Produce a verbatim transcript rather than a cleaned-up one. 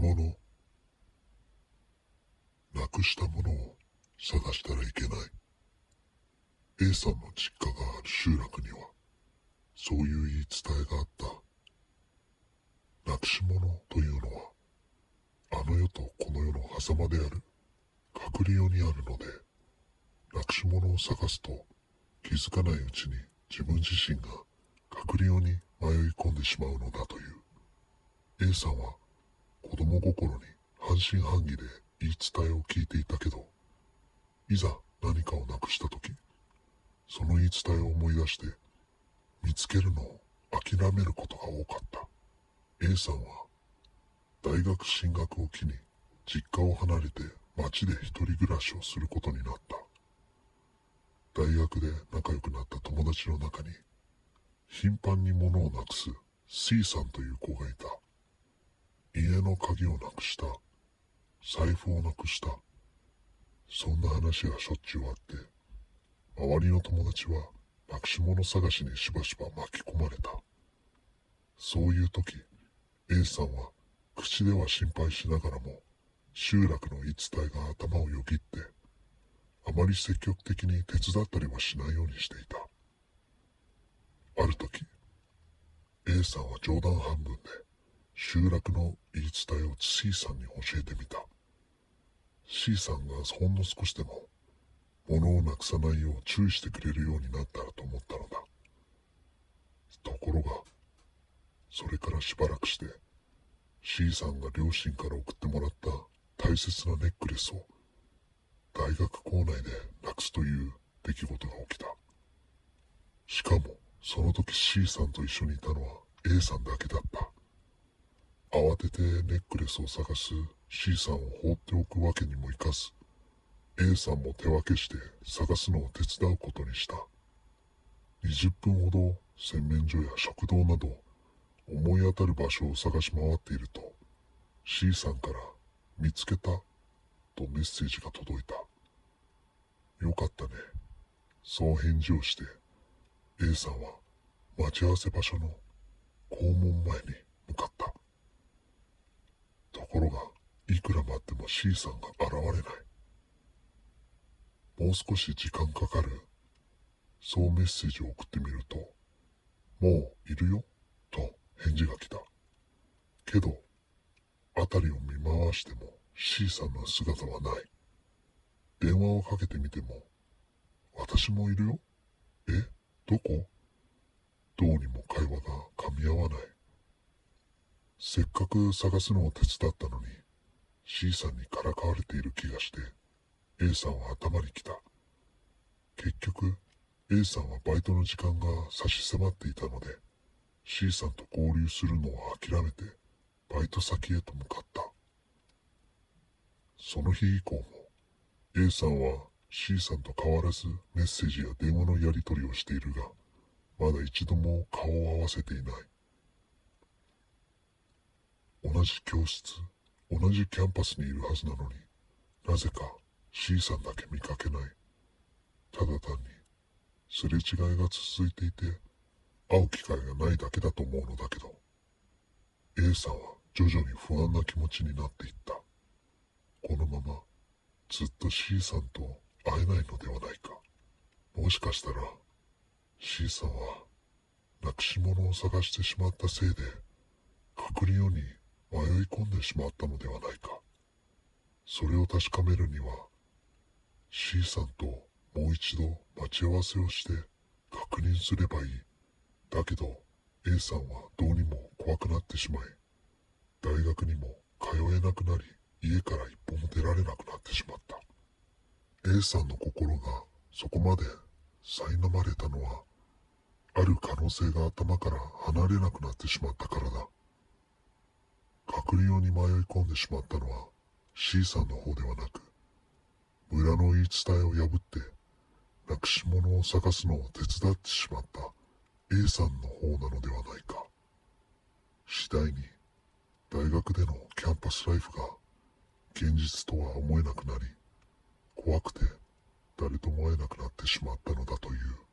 物、なくしたものを探したらいけない。A さんの実家がある集落には、そういう言い伝えがあった。なくし物というのは、あの世とこの世の狭間である、隠れ世にあるので、なくし物を探すと気づかないうちに自分自身が隠れ世に迷い込んでしまうのだという。A さんは子供心に半信半疑で言い伝えを聞いていたけど、いざ何かをなくした時、その言い伝えを思い出して見つけるのを諦めることが多かった。 A さんは大学進学を機に実家を離れて町で一人暮らしをすることになった。大学で仲良くなった友達の中に頻繁に物をなくす C さんという子がいた。家の鍵をなくした、財布をなくした、そんな話がしょっちゅうあって、周りの友達はなくし物探しにしばしば巻き込まれた。そういう時、A さんは口では心配しながらも集落の言い伝えが頭をよぎって、あまり積極的に手伝ったりはしないようにしていた。ある時、A さんは冗談半分で集落の言い伝えを C さんに教えてみた。 C さんがほんの少しでも物をなくさないよう注意してくれるようになったらと思ったのだ。ところがそれからしばらくして C さんが両親から送ってもらった大切なネックレスを大学構内でなくすという出来事が起きた。しかもその時 C さんと一緒にいたのは A さんだけだった。慌ててネックレスを探す C さんを放っておくわけにもいかず、 A さんも手分けして探すのを手伝うことにした。にじゅっぷんほど洗面所や食堂など思い当たる場所を探し回っていると C さんから見つけたとメッセージが届いた。よかったね。そう返事をして A さんは待ち合わせ場所の校門前に向かった。ところがいくら待っても C さんが現れない。もう少し時間かかる。そうメッセージを送ってみると、もういるよと返事が来た。けど辺りを見回しても C さんの姿はない。電話をかけてみても、私もいるよ。え、どこ？どうにも会話が噛み合わない。せっかく探すのを手伝ったのに C さんにからかわれている気がして A さんは頭にきた。結局 A さんはバイトの時間が差し迫っていたので C さんと合流するのを諦めてバイト先へと向かった。その日以降も A さんは C さんと変わらずメッセージや電話のやり取りをしているが、まだ一度も顔を合わせていない。同じ教室、同じキャンパスにいるはずなのに、なぜか C さんだけ見かけない。ただ単にすれ違いが続いていて会う機会がないだけだと思うのだけど、 A さんは徐々に不安な気持ちになっていった。このままずっと C さんと会えないのではないか。もしかしたら C さんはなくし物を探してしまったせいで隠れ世に迷い込んでしまったのではないか。それを確かめるには C さんともう一度待ち合わせをして確認すればいい。だけど A さんはどうにも怖くなってしまい、大学にも通えなくなり、家から一歩も出られなくなってしまった。 A さんの心がそこまで苛まれたのは、ある可能性が頭から離れなくなってしまったからだ。隠れ世に迷い込んでしまったのは C さんの方ではなく、村の言い伝えを破ってなくし物を探すのを手伝ってしまった A さんの方なのではないか。次第に大学でのキャンパスライフが現実とは思えなくなり、怖くて誰とも会えなくなってしまったのだという。